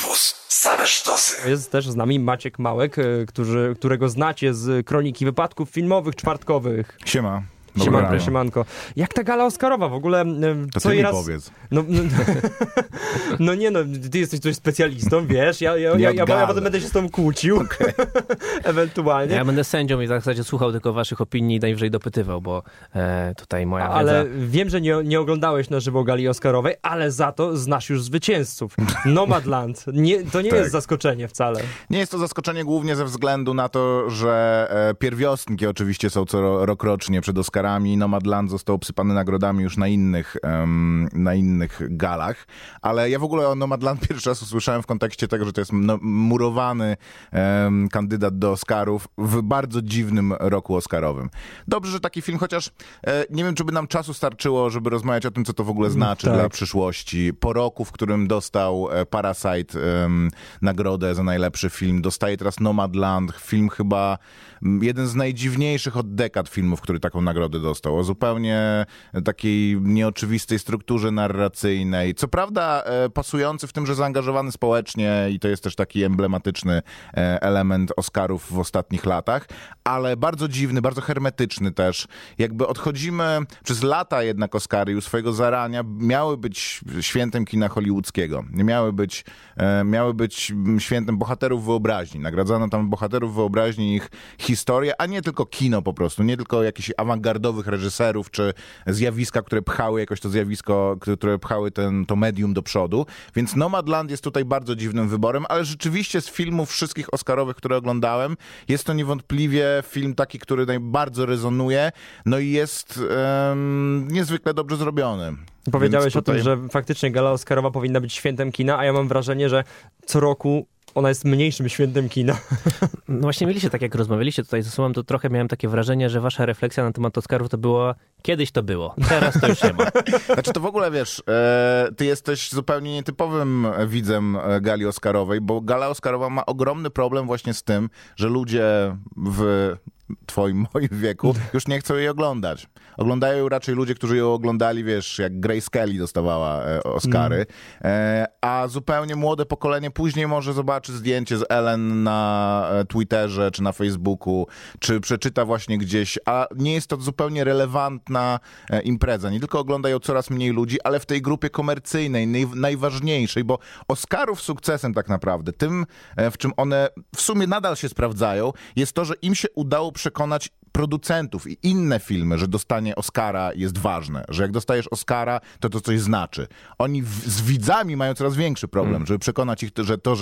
Campus. Same sztosy. Jest też z nami Maciek Małek, którego znacie z Kroniki Wypadków Filmowych czwartkowych. Siema. Siemanko. Jak ta gala Oscarowa w ogóle? To ty mi powiedz. Ty jesteś tutaj specjalistą, wiesz, ja potem będę się z tobą kłócił, ewentualnie. Ja będę sędzią i w zasadzie słuchał tylko waszych opinii i najwyżej dopytywał, bo tutaj moja wiedza... Ale wiem, że nie oglądałeś na żywo gali Oscarowej, ale za to znasz już zwycięzców. Nomadland. To nie jest zaskoczenie wcale. Nie jest to zaskoczenie głównie ze względu na to, że pierwiostniki oczywiście są co rokrocznie przed Oscarami. Nomadland został obsypany nagrodami już na innych galach, ale ja w ogóle o Nomadland pierwszy raz usłyszałem w kontekście tego, że to jest murowany kandydat do Oscarów w bardzo dziwnym roku Oscarowym. Dobrze, że taki film, chociaż nie wiem, czy by nam czasu starczyło, żeby rozmawiać o tym, co to w ogóle znaczy dla przyszłości. Po roku, w którym dostał Parasite nagrodę za najlepszy film, dostaje teraz Nomadland, film chyba jeden z najdziwniejszych od dekad filmów, który taką nagrodę dostał. O zupełnie takiej nieoczywistej strukturze narracyjnej. Co prawda pasujący w tym, że zaangażowany społecznie i to jest też taki emblematyczny element Oscarów w ostatnich latach, ale bardzo dziwny, bardzo hermetyczny też. Jakby odchodzimy przez lata jednak Oscary i u swojego zarania miały być świętem kina hollywoodzkiego. Miały być świętem bohaterów wyobraźni. Nagradzano tam bohaterów wyobraźni, ich historię, a nie tylko kino po prostu, nie tylko jakichś awangardowych reżyserów, czy zjawiska, które pchały jakoś to zjawisko, które pchały to medium do przodu. Więc Nomadland jest tutaj bardzo dziwnym wyborem, ale rzeczywiście z filmów wszystkich Oscarowych, które oglądałem, jest to niewątpliwie film taki, który najbardziej rezonuje, no i jest niezwykle dobrze zrobiony. Powiedziałeś o tym, że faktycznie gala Oscarowa powinna być świętem kina, a ja mam wrażenie, że co roku ona jest mniejszym świętem kina. No właśnie mieliście, tak jak rozmawialiście tutaj ze sobą, to trochę miałem takie wrażenie, że wasza refleksja na temat Oscarów to było, kiedyś to było, teraz to już nie ma. Znaczy to w ogóle, wiesz, ty jesteś zupełnie nietypowym widzem gali Oscarowej, bo gala Oscarowa ma ogromny problem właśnie z tym, że ludzie w moim wieku już nie chcą jej oglądać. Oglądają ją raczej ludzie, którzy ją oglądali, wiesz, jak Grace Kelly dostawała Oscary, a zupełnie młode pokolenie później może zobaczyć zdjęcie z Ellen na Twitterze, czy na Facebooku, czy przeczyta właśnie gdzieś, a nie jest to zupełnie relevantna impreza. Nie tylko oglądają coraz mniej ludzi, ale w tej grupie komercyjnej, najważniejszej, bo Oscarów sukcesem tak naprawdę, tym, w czym one w sumie nadal się sprawdzają, jest to, że im się udało przekonać producentów i inne filmy, że dostanie Oscara jest ważne, że jak dostajesz Oscara, to coś znaczy. Oni z widzami mają coraz większy problem, żeby przekonać ich,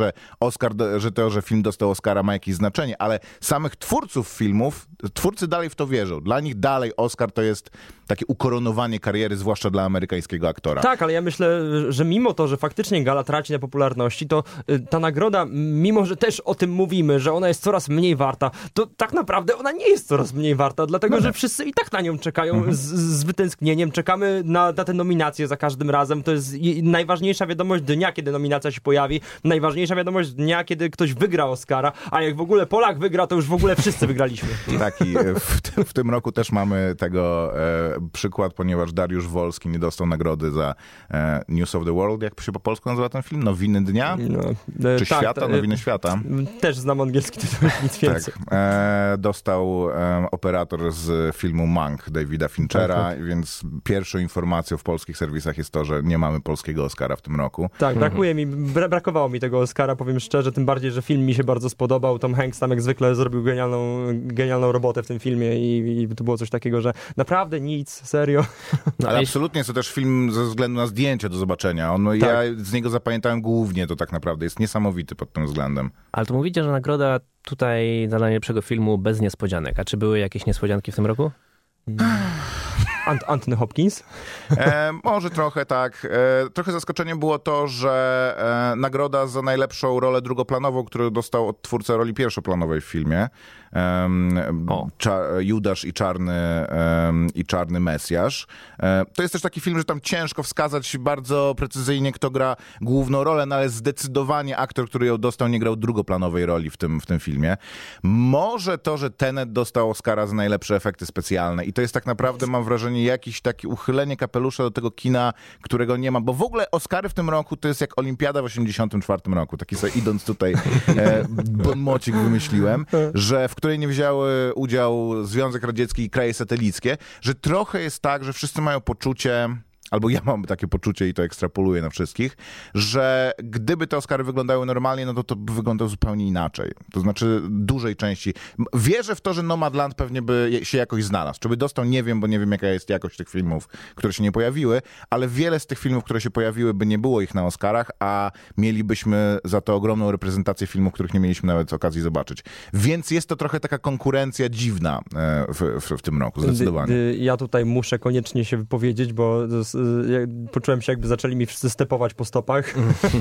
że film dostał Oscara ma jakieś znaczenie, ale samych twórców filmów, twórcy dalej w to wierzą. Dla nich dalej Oscar to jest takie ukoronowanie kariery, zwłaszcza dla amerykańskiego aktora. Tak, ale ja myślę, że mimo to, że faktycznie gala traci na popularności, to ta nagroda, mimo że też o tym mówimy, że ona jest coraz mniej warta, to tak naprawdę ona nie jest coraz mniej warta, dlatego że wszyscy i tak na nią czekają z wytęsknieniem. Czekamy na te nominacje za każdym razem. To jest najważniejsza wiadomość dnia, kiedy nominacja się pojawi. Najważniejsza wiadomość dnia, kiedy ktoś wygra Oscara, a jak w ogóle Polak wygra, to już w ogóle wszyscy wygraliśmy. Tak, i w tym roku też mamy tego przykład, ponieważ Dariusz Wolski nie dostał nagrody za News of the World, jak się po polsku nazywa ten film? Nowiny dnia? Czy tak, świata? Nowiny świata. Też znam angielski tytuł, nic więcej. Tak. Dostał operator z filmu Mank Davida Finchera, więc pierwszą informacją w polskich serwisach jest to, że nie mamy polskiego Oscara w tym roku. Tak, brakowało mi tego Oscara, powiem szczerze, tym bardziej, że film mi się bardzo spodobał. Tom Hanks tam jak zwykle zrobił genialną robotę w tym filmie i to było coś takiego, że naprawdę nic, serio. Ale absolutnie jest to też film ze względu na zdjęcie do zobaczenia. Ja z niego zapamiętałem głównie, to tak naprawdę jest niesamowity pod tym względem. Ale to mówicie, że nagroda tutaj dla najlepszego filmu bez niespodzianek. A czy były jakieś niespodzianki w tym roku? Anthony Hopkins? Może trochę tak. Trochę zaskoczeniem było to, że nagroda za najlepszą rolę drugoplanową, którą dostał od twórcy roli pierwszoplanowej w filmie, Judasz i Czarny Mesjasz. To jest też taki film, że tam ciężko wskazać bardzo precyzyjnie, kto gra główną rolę, no ale zdecydowanie aktor, który ją dostał, nie grał drugoplanowej roli w tym filmie. Może to, że Tenet dostał Oscara za najlepsze efekty specjalne i to jest tak naprawdę, mam wrażenie, wrażenie, jakiś taki uchylenie kapelusza do tego kina, którego nie ma, bo w ogóle Oscary w tym roku to jest jak Olimpiada w 1984 roku. Taki sobie idąc tutaj bonmocik wymyśliłem, że w której nie wzięły udział Związek Radziecki i kraje satelickie, że trochę jest tak, że wszyscy mają poczucie, albo ja mam takie poczucie i to ekstrapoluję na wszystkich, że gdyby te Oscary wyglądały normalnie, no to by wyglądał zupełnie inaczej. To znaczy dużej części. Wierzę w to, że Nomadland pewnie by się jakoś znalazł. Czy by dostał? Nie wiem, bo nie wiem, jaka jest jakość tych filmów, które się nie pojawiły, ale wiele z tych filmów, które się pojawiły, by nie było ich na Oscarach, a mielibyśmy za to ogromną reprezentację filmów, których nie mieliśmy nawet okazji zobaczyć. Więc jest to trochę taka konkurencja dziwna w tym roku, zdecydowanie. Ja tutaj muszę koniecznie się wypowiedzieć, bo poczułem się, jakby zaczęli mi wszyscy stepować po stopach.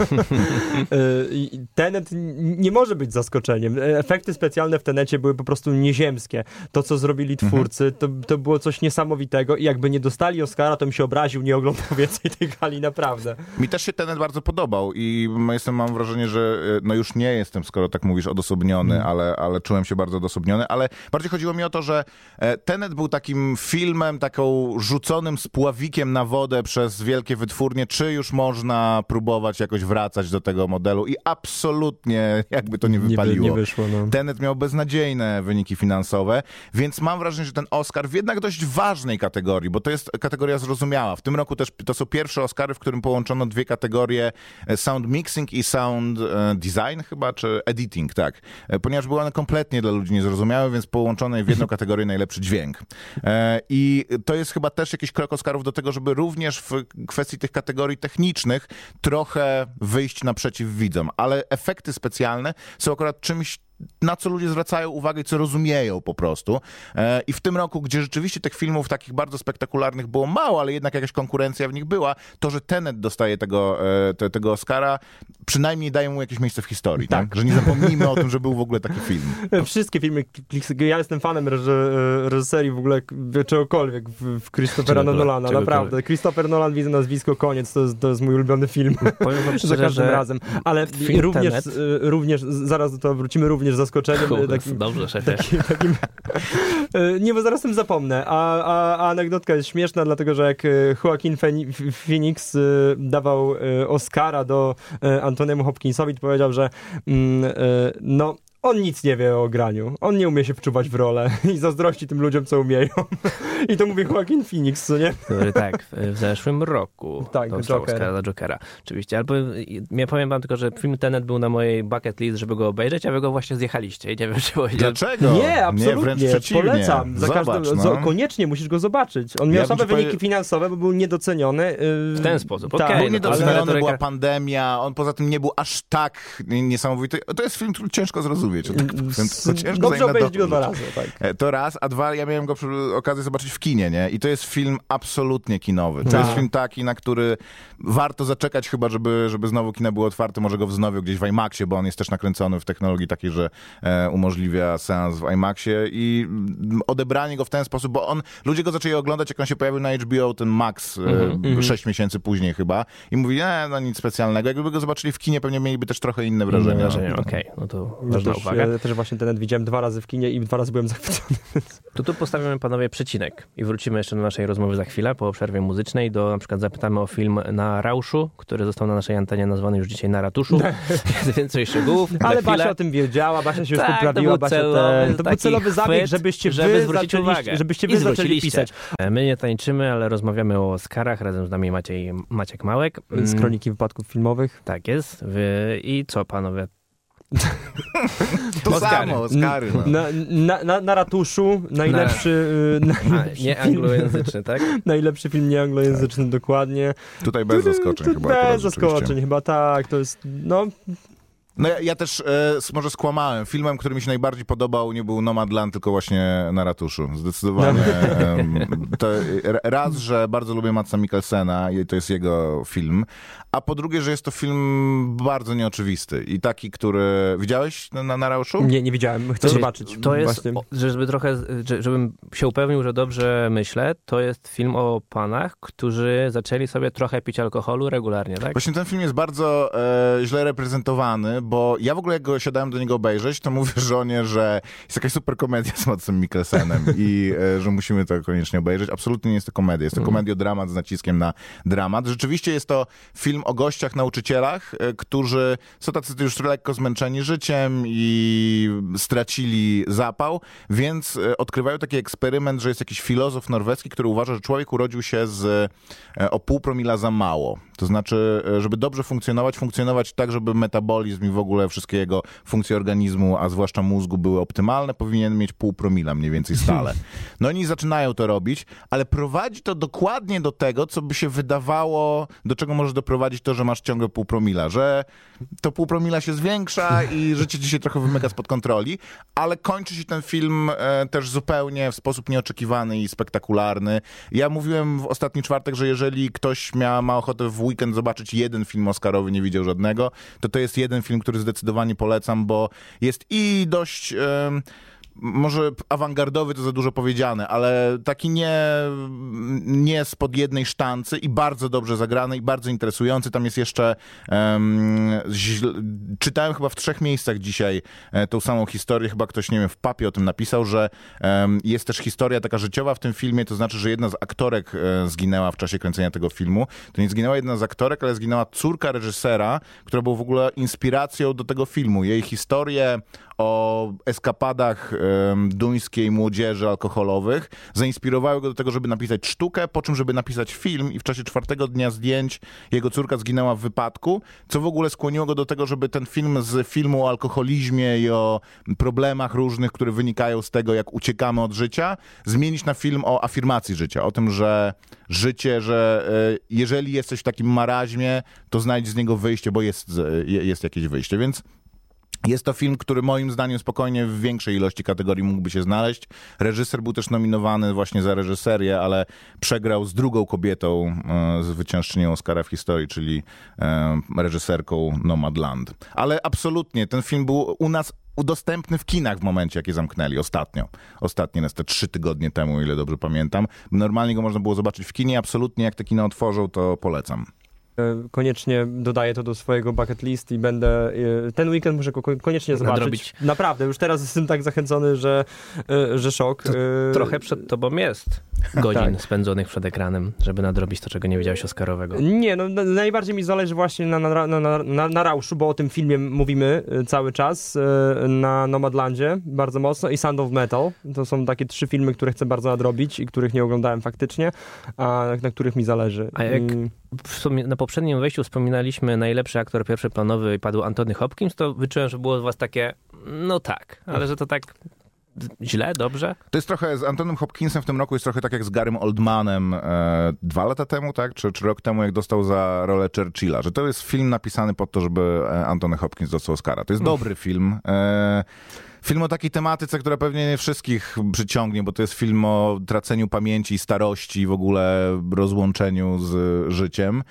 Tenet nie może być zaskoczeniem. Efekty specjalne w Tenecie były po prostu nieziemskie. To, co zrobili twórcy, to było coś niesamowitego i jakby nie dostali Oscara, to mi się obraził, nie oglądał więcej tej gali, naprawdę. Mi też się Tenet bardzo podobał i mam wrażenie, że no już nie jestem, skoro tak mówisz, odosobniony, ale czułem się bardzo odosobniony, ale bardziej chodziło mi o to, że Tenet był takim filmem, taką rzuconym spławikiem na wodę przez wielkie wytwórnie, czy już można próbować jakoś wracać do tego modelu i absolutnie jakby to nie wypaliło. Nie wyszło, no. Tenet miał beznadziejne wyniki finansowe, więc mam wrażenie, że ten Oscar w jednak dość ważnej kategorii, bo to jest kategoria zrozumiała. W tym roku też to są pierwsze Oscary, w którym połączono dwie kategorie, sound mixing i sound design chyba, czy editing, tak. Ponieważ były one kompletnie dla ludzi niezrozumiałe, więc połączono je w jedną kategorię najlepszy dźwięk. I to jest chyba też jakiś krok Oscarów do tego, żeby również w kwestii tych kategorii technicznych trochę wyjść naprzeciw widzom, ale efekty specjalne są akurat czymś, na co ludzie zwracają uwagę i co rozumieją po prostu. I w tym roku, gdzie rzeczywiście tych filmów takich bardzo spektakularnych było mało, ale jednak jakaś konkurencja w nich była, to, że Tenet dostaje tego Oscara, przynajmniej daje mu jakieś miejsce w historii. Tak? Że nie zapomnijmy o tym, że był w ogóle taki film. Wszystkie filmy, ja jestem fanem reżyserii w ogóle czegokolwiek w Christophera Nolana, naprawdę. Christopher Nolan, widzę nazwisko, koniec, to jest mój ulubiony film. Powiem wam szczerze, za każdym razem. Ale również, zaraz do tego wrócimy, również zaskoczeniem. Dobrze, szefie. Nie, bo zaraz tym zapomnę. A anegdotka jest śmieszna, dlatego że jak Joaquin Phoenix dawał Oscara do Antoniemu Hopkinsowi, to powiedział, że on nic nie wie o graniu. On nie umie się wczuwać w rolę i zazdrości tym ludziom, co umieją. I to mówi Joaquin Phoenix, co nie? Który tak, w zeszłym roku dostał Oscara za Jokera. Oczywiście. Albo ja powiem wam tylko, że film Tenet był na mojej bucket list, żeby go obejrzeć, a wy go właśnie zjechaliście. I nie wiem, czy Dlaczego? Nie, absolutnie. Nie, wręcz przeciwnie. Polecam. Koniecznie musisz go zobaczyć. On miał słabe wyniki finansowe, bo był niedoceniony. W ten sposób, okej. Był niedoceniony, była pandemia, on poza tym nie był aż tak niesamowity. To jest film, który ciężko zrozumieć. Dobrze obejrzeć go 2 razy, tak. To raz, a 2, ja miałem go przy okazji zobaczyć w kinie, nie? I to jest film absolutnie kinowy. To jest film taki, na który warto zaczekać chyba, żeby znowu kino było otwarte, może go wznowił gdzieś w IMAXie, bo on jest też nakręcony w technologii takiej, że umożliwia seans w IMAXie i odebranie go w ten sposób, bo ludzie go zaczęli oglądać, jak on się pojawił na HBO, ten Max, 6 miesięcy później chyba i mówi, nic specjalnego. Jakby go zobaczyli w kinie, pewnie mieliby też trochę inne wrażenia. Okej, no to ważna uwaga. Ja też właśnie Tenet widziałem 2 razy w kinie i 2 razy byłem zachwycony. To tu postawimy, panowie, przecinek i wrócimy jeszcze do naszej rozmowy za chwilę, po przerwie muzycznej. Na przykład zapytamy o film Na Rauszu, który został na naszej antenie nazwany już dzisiaj Na Ratuszu. Jest więcej szczegółów. Ale Basia o tym wiedziała, Basia się już poprawiła. To był celowy zabieg, żebyście zwrócić uwagę. Żebyście wy zaczęli pisać. My nie tańczymy, ale rozmawiamy o Oscarach. Razem z nami Maciek Małek. Z Kroniki Wypadków Filmowych. Tak jest. I co, panowie? To samo, Oscary. Na Ratuszu najlepszy... Nieanglojęzyczny, tak? Najlepszy film nieanglojęzyczny, dokładnie. Tutaj bez zaskoczeń chyba. Bez zaskoczeń chyba, tak. To jest, No ja też może skłamałem. Filmem, który mi się najbardziej podobał, nie był Nomadland, tylko właśnie Na Ratuszu. Zdecydowanie. Raz, że bardzo lubię Madsa Mikkelsena i to jest jego film, a po drugie, że jest to film bardzo nieoczywisty i taki, który... Widziałeś na Ratuszu? Nie widziałem. Chcę zobaczyć. To jest, żebym się upewnił, że dobrze myślę, to jest film o panach, którzy zaczęli sobie trochę pić alkoholu regularnie, tak? Właśnie ten film jest bardzo źle reprezentowany, bo ja w ogóle jak siadałem do niego obejrzeć, to mówię żonie, że jest jakaś super komedia z Madsem Mikkelsenem i że musimy to koniecznie obejrzeć. Absolutnie nie jest to komedia. Jest to komediodramat z naciskiem na dramat. Rzeczywiście jest to film o gościach, nauczycielach, którzy są tacy już lekko zmęczeni życiem i stracili zapał, więc odkrywają taki eksperyment, że jest jakiś filozof norweski, który uważa, że człowiek urodził się o 0,5 promila za mało. To znaczy, żeby dobrze funkcjonować tak, żeby metabolizm i w ogóle wszystkie jego funkcje organizmu, a zwłaszcza mózgu były optymalne, powinien mieć 0,5 promila mniej więcej stale. No oni zaczynają to robić, ale prowadzi to dokładnie do tego, co by się wydawało, do czego może doprowadzić to, że masz ciągle 0,5 promila, że to 0,5 promila się zwiększa i życie ci się trochę wymyka spod kontroli, ale kończy się ten film też zupełnie w sposób nieoczekiwany i spektakularny. Ja mówiłem w ostatni czwartek, że jeżeli ktoś ma ochotę w weekend zobaczyć jeden film oscarowy, nie widział żadnego, to jest jeden film, który zdecydowanie polecam, bo jest i dość... może awangardowy to za dużo powiedziane, ale taki nie spod jednej sztancy i bardzo dobrze zagrany i bardzo interesujący. Tam jest jeszcze czytałem chyba w 3 miejscach dzisiaj tą samą historię, chyba ktoś, nie wiem, w papie o tym napisał, że jest też historia taka życiowa w tym filmie, to znaczy, że jedna z aktorek zginęła w czasie kręcenia tego filmu. To nie zginęła jedna z aktorek, ale zginęła córka reżysera, która była w ogóle inspiracją do tego filmu. Jej historię o eskapadach duńskiej młodzieży alkoholowych zainspirowały go do tego, żeby napisać sztukę, po czym żeby napisać film i w czasie 4. dnia zdjęć jego córka zginęła w wypadku, co w ogóle skłoniło go do tego, żeby ten film z filmu o alkoholizmie i o problemach różnych, które wynikają z tego, jak uciekamy od życia, zmienić na film o afirmacji życia, o tym, że życie, że jeżeli jesteś w takim maraźmie, to znajdź z niego wyjście, bo jest jakieś wyjście, więc jest to film, który moim zdaniem spokojnie w większej ilości kategorii mógłby się znaleźć. Reżyser był też nominowany właśnie za reżyserię, ale przegrał z drugą kobietą zwyciężczynią Oscara w historii, czyli reżyserką Nomadland. Ale absolutnie, ten film był u nas udostępny w kinach w momencie, jak je zamknęli ostatnio. Ostatnie, te 3 tygodnie temu, o ile dobrze pamiętam. Normalnie go można było zobaczyć w kinie. Absolutnie, jak te kino otworzą, to polecam. Koniecznie dodaję to do swojego bucket list i będę... Ten weekend muszę go koniecznie zobaczyć. Nadrobić. Naprawdę, już teraz jestem tak zachęcony, że szok. Trochę przed tobą jest godzin spędzonych przed ekranem, żeby nadrobić to, czego nie wiedziałeś Oscarowego. Nie, no najbardziej mi zależy właśnie na Rauszu, bo o tym filmie mówimy cały czas, na Nomadlandzie bardzo mocno i Sound of Metal. To są takie 3 filmy, które chcę bardzo nadrobić i których nie oglądałem faktycznie, a na których mi zależy. A jak na poprzednim wejściu wspominaliśmy najlepszy aktor pierwszoplanowy i padł Anthony Hopkins, to wyczułem, że było z was takie, no tak, ale że to tak źle, dobrze? To jest trochę, z Antonym Hopkinsem w tym roku jest trochę tak jak z Garym Oldmanem 2 lata temu, tak? Czy rok temu, jak dostał za rolę Churchilla, że to jest film napisany po to, żeby Anthony Hopkins dostał Oscara. To jest dobry film. Film o takiej tematyce, która pewnie nie wszystkich przyciągnie, bo to jest film o traceniu pamięci, starości, w ogóle rozłączeniu z życiem,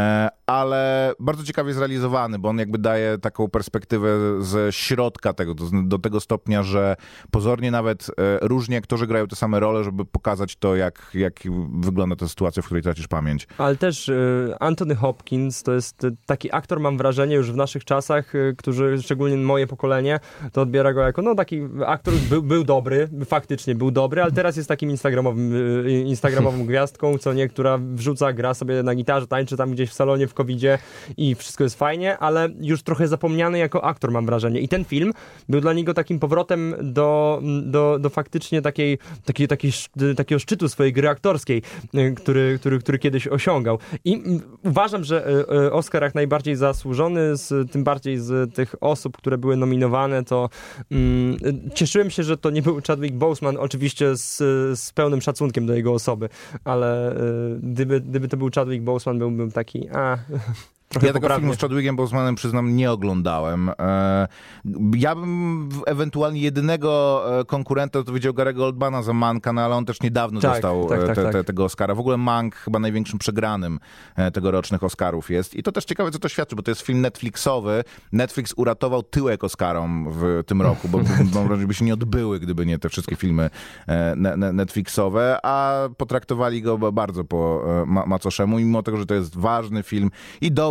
ale bardzo ciekawie zrealizowany, bo on jakby daje taką perspektywę ze środka tego, do tego stopnia, że pozornie nawet różni aktorzy grają te same role, żeby pokazać to, jak wygląda ta sytuacja, w której tracisz pamięć. Ale też Anthony Hopkins to jest taki aktor, mam wrażenie, już w naszych czasach, którzy, szczególnie moje pokolenie, to odbiera go jako taki aktor był dobry, faktycznie był dobry, ale teraz jest takim instagramową gwiazdką, co niektóra wrzuca, gra sobie na gitarze, tańczy tam gdzieś w salonie w covidzie i wszystko jest fajnie, ale już trochę zapomniany jako aktor, mam wrażenie. I ten film był dla niego takim powrotem do faktycznie takiego szczytu swojej gry aktorskiej, który kiedyś osiągał. I uważam, że Oscar jak najbardziej zasłużony, tym bardziej z tych osób, które były nominowane, to cieszyłem się, że to nie był Chadwick Boseman, oczywiście z pełnym szacunkiem do jego osoby, ale gdyby to był Chadwick Boseman, byłbym taki Ja tego filmu z Chadwickiem Bosemanem, przyznam, nie oglądałem. Ja bym ewentualnie jedynego konkurenta to widział Gary'ego Oldmana za Manka, no ale on też niedawno dostał tego Oscara. W ogóle Mank chyba największym przegranym tegorocznych Oscarów jest. I to też ciekawe, co to świadczy, bo to jest film Netflixowy. Netflix uratował tyłek Oscarom w tym roku, bo by się nie odbyły, gdyby nie te wszystkie filmy Netflixowe, a potraktowali go bardzo po macoszemu, mimo tego, że to jest ważny film i dobry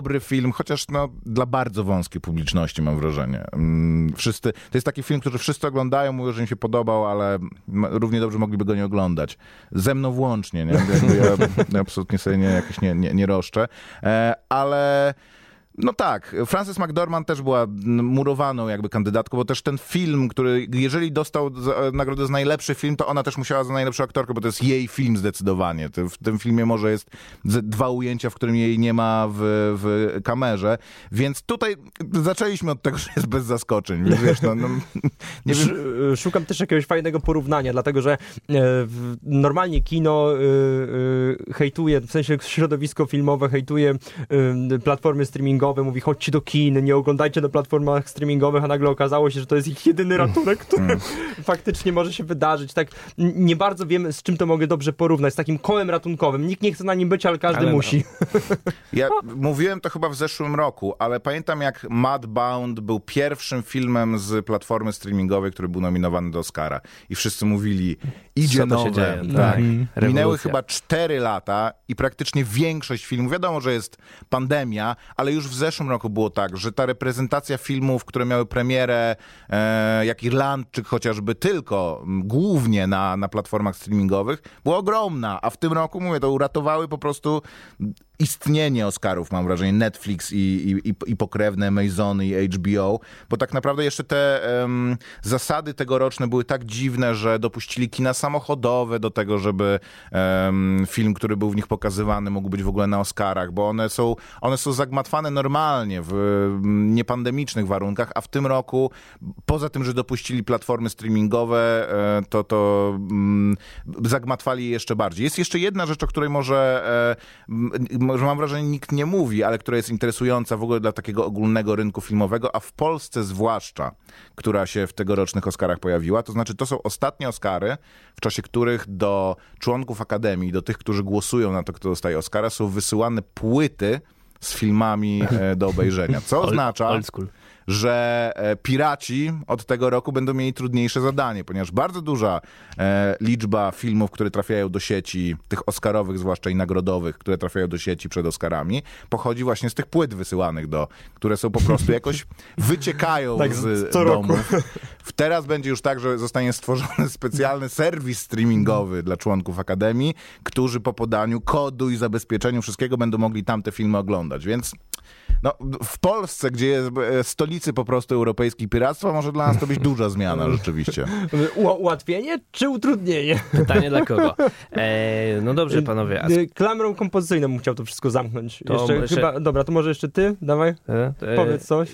dobry film, chociaż dla bardzo wąskiej publiczności, mam wrażenie. To jest taki film, który wszyscy oglądają, mówią, że im się podobał, ale równie dobrze mogliby go nie oglądać. Ze mną włącznie, nie? Ja absolutnie sobie nie roszczę. Ale no tak, Frances McDormand też była murowaną jakby kandydatką, bo też ten film, który jeżeli dostał nagrodę za najlepszy film, to ona też musiała za najlepszą aktorkę, bo to jest jej film zdecydowanie. W tym filmie może jest 2 ujęcia, w którym jej nie ma w kamerze, więc tutaj zaczęliśmy od tego, że jest bez zaskoczeń. Wiesz, nie wiem. Szukam też jakiegoś fajnego porównania, dlatego że normalnie kino hejtuje, w sensie środowisko filmowe hejtuje platformy streamingowe, mówi chodźcie do kin, nie oglądajcie na platformach streamingowych, a nagle okazało się, że to jest ich jedyny ratunek, który faktycznie może się wydarzyć. Tak nie bardzo wiem, z czym to mogę dobrze porównać, z takim kołem ratunkowym. Nikt nie chce na nim być, ale każdy musi. Ja mówiłem to chyba w zeszłym roku, ale pamiętam jak Mudbound był pierwszym filmem z platformy streamingowej, który był nominowany do Oscara. I wszyscy mówili, idzie nowe. Dzieje, tak. Minęły chyba 4 lata i praktycznie większość filmów, wiadomo, że jest pandemia, ale już w zeszłym roku było tak, że ta reprezentacja filmów, które miały premierę, jak Irlandczyk chociażby, tylko głównie na platformach streamingowych, była ogromna, a w tym roku, mówię, to uratowały po prostu istnienie Oscarów, mam wrażenie, Netflix i pokrewne Amazony i HBO, bo tak naprawdę jeszcze te zasady tegoroczne były tak dziwne, że dopuścili kina samochodowe do tego, żeby film, który był w nich pokazywany, mógł być w ogóle na Oscarach, bo one są zagmatwane normalnie w niepandemicznych warunkach, a w tym roku, poza tym, że dopuścili platformy streamingowe, to zagmatwali je jeszcze bardziej. Jest jeszcze jedna rzecz, o której może mam wrażenie, nikt nie mówi, ale która jest interesująca w ogóle dla takiego ogólnego rynku filmowego, a w Polsce zwłaszcza, która się w tegorocznych Oscarach pojawiła. To znaczy, to są ostatnie Oscary, w czasie których do członków Akademii, do tych, którzy głosują na to, kto dostaje Oscara, są wysyłane płyty z filmami do obejrzenia. Co oznacza, że piraci od tego roku będą mieli trudniejsze zadanie, ponieważ bardzo duża liczba filmów, które trafiają do sieci, tych oscarowych zwłaszcza i nagrodowych, które trafiają do sieci przed Oscarami, pochodzi właśnie z tych płyt wysyłanych które są po prostu jakoś wyciekają tak, z domów. Teraz będzie już tak, że zostanie stworzony specjalny serwis streamingowy dla członków Akademii, którzy po podaniu kodu i zabezpieczeniu wszystkiego będą mogli tamte filmy oglądać, więc w Polsce, gdzie jest stolicy po prostu europejskich piractwa, może dla nas to być duża zmiana rzeczywiście. Ułatwienie czy utrudnienie? Pytanie dla kogo? No dobrze, panowie. Klamrą kompozycyjną bym chciał to wszystko zamknąć. Chyba, dobra, to może jeszcze ty? Dawaj, powiedz coś.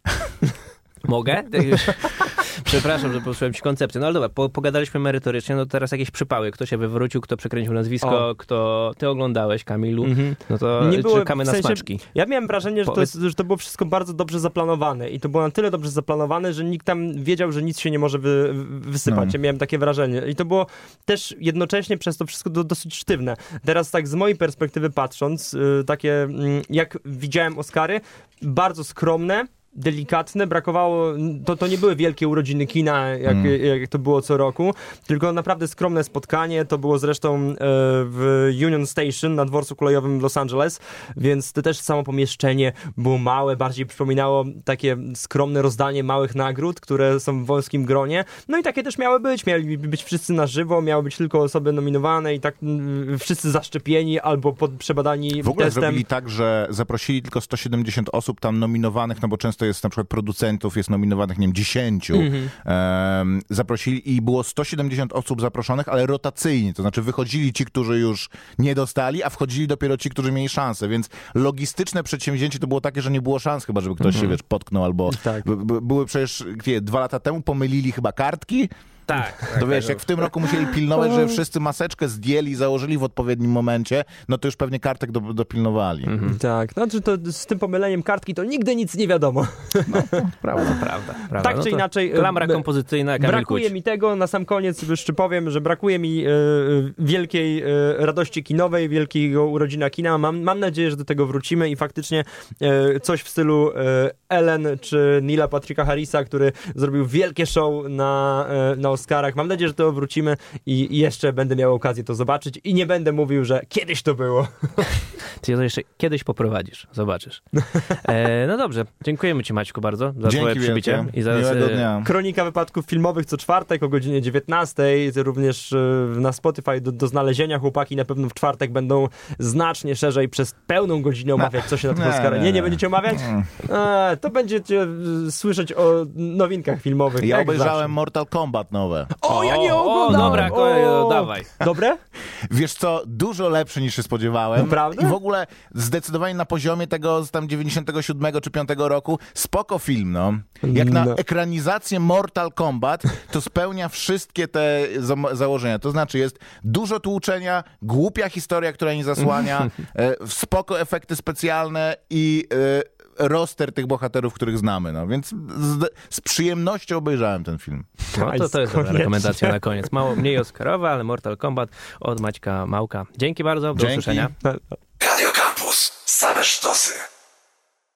Mogę? Przepraszam, że posłuchałem ci koncepcję. No ale dobra, pogadaliśmy merytorycznie, no teraz jakieś przypały. Kto się wywrócił, kto przekręcił nazwisko, kto ty oglądałeś, Kamilu. No to nie było, czekamy na smaczki. Ja miałem wrażenie, że to było wszystko bardzo dobrze zaplanowane i to było na tyle dobrze zaplanowane, że nikt tam wiedział, że nic się nie może wysypać. No. Ja miałem takie wrażenie. I to było też jednocześnie przez to wszystko dosyć sztywne. Teraz tak z mojej perspektywy patrząc, takie jak widziałem Oscary, bardzo skromne, delikatne, brakowało, to nie były wielkie urodziny kina, jak to było co roku, tylko naprawdę skromne spotkanie, to było zresztą w Union Station na dworcu kolejowym w Los Angeles, więc to też samo pomieszczenie było małe, bardziej przypominało takie skromne rozdanie małych nagród, które są w wąskim gronie, no i takie też mieli być wszyscy na żywo, miały być tylko osoby nominowane i tak wszyscy zaszczepieni albo przebadani w ogóle testem. Zrobili tak, że zaprosili tylko 170 osób tam nominowanych, no bo często jest na przykład producentów, jest nominowanych, nie wiem, 10. Zaprosili i było 170 osób zaproszonych, ale rotacyjnie, to znaczy wychodzili ci, którzy już nie dostali, a wchodzili dopiero ci, którzy mieli szansę, więc logistyczne przedsięwzięcie to było takie, że nie było szans chyba, żeby ktoś się, potknął albo... Tak. Były przecież, 2 lata temu pomylili chyba kartki. Tak. To wiesz, jak w tym roku musieli pilnować, że wszyscy maseczkę zdjęli, założyli w odpowiednim momencie, no to już pewnie kartek dopilnowali. Tak, znaczy to z tym pomyleniem kartki to nigdy nic nie wiadomo. No, prawda. Tak czy inaczej... Klamra kompozycyjna, brakuje mi tego, na sam koniec jeszcze powiem, że brakuje mi wielkiej radości kinowej, wielkiego urodzina kina. Mam nadzieję, że do tego wrócimy i faktycznie coś w stylu Ellen czy Neila Patricka Harrisa, który zrobił wielkie show na Oscarach. Mam nadzieję, że to wrócimy i jeszcze będę miał okazję to zobaczyć i nie będę mówił, że kiedyś to było. Ty to jeszcze kiedyś poprowadzisz, zobaczysz. No dobrze, dziękujemy ci, Maćku, bardzo za twoje przybycie. I miłego dnia. Kronika wypadków filmowych co czwartek o godzinie 19. Również na Spotify do znalezienia. Chłopaki na pewno w czwartek będą znacznie szerzej przez pełną godzinę omawiać, co się na tych Oscarach. Nie będziecie omawiać? To będziecie słyszeć o nowinkach filmowych. Ja obejrzałem Mortal Kombat nowe. Ja nie oglądałem! Dobra, dawaj. Dobre? Wiesz co, dużo lepszy niż się spodziewałem. Naprawdę? I w ogóle zdecydowanie na poziomie tego z tam 97 czy 5 roku. Spoko film, no. Jak na ekranizację Mortal Kombat, to spełnia wszystkie te założenia. To znaczy jest dużo tłuczenia, głupia historia, która nie zasłania, spoko efekty specjalne i roster tych bohaterów, których znamy. No. Więc z przyjemnością obejrzałem ten film. No to jest dobra rekomendacja na koniec. Mniej Oscarowa, ale Mortal Kombat od Maćka Małka. Dzięki bardzo, do usłyszenia. Radio Campus. Same sztosy.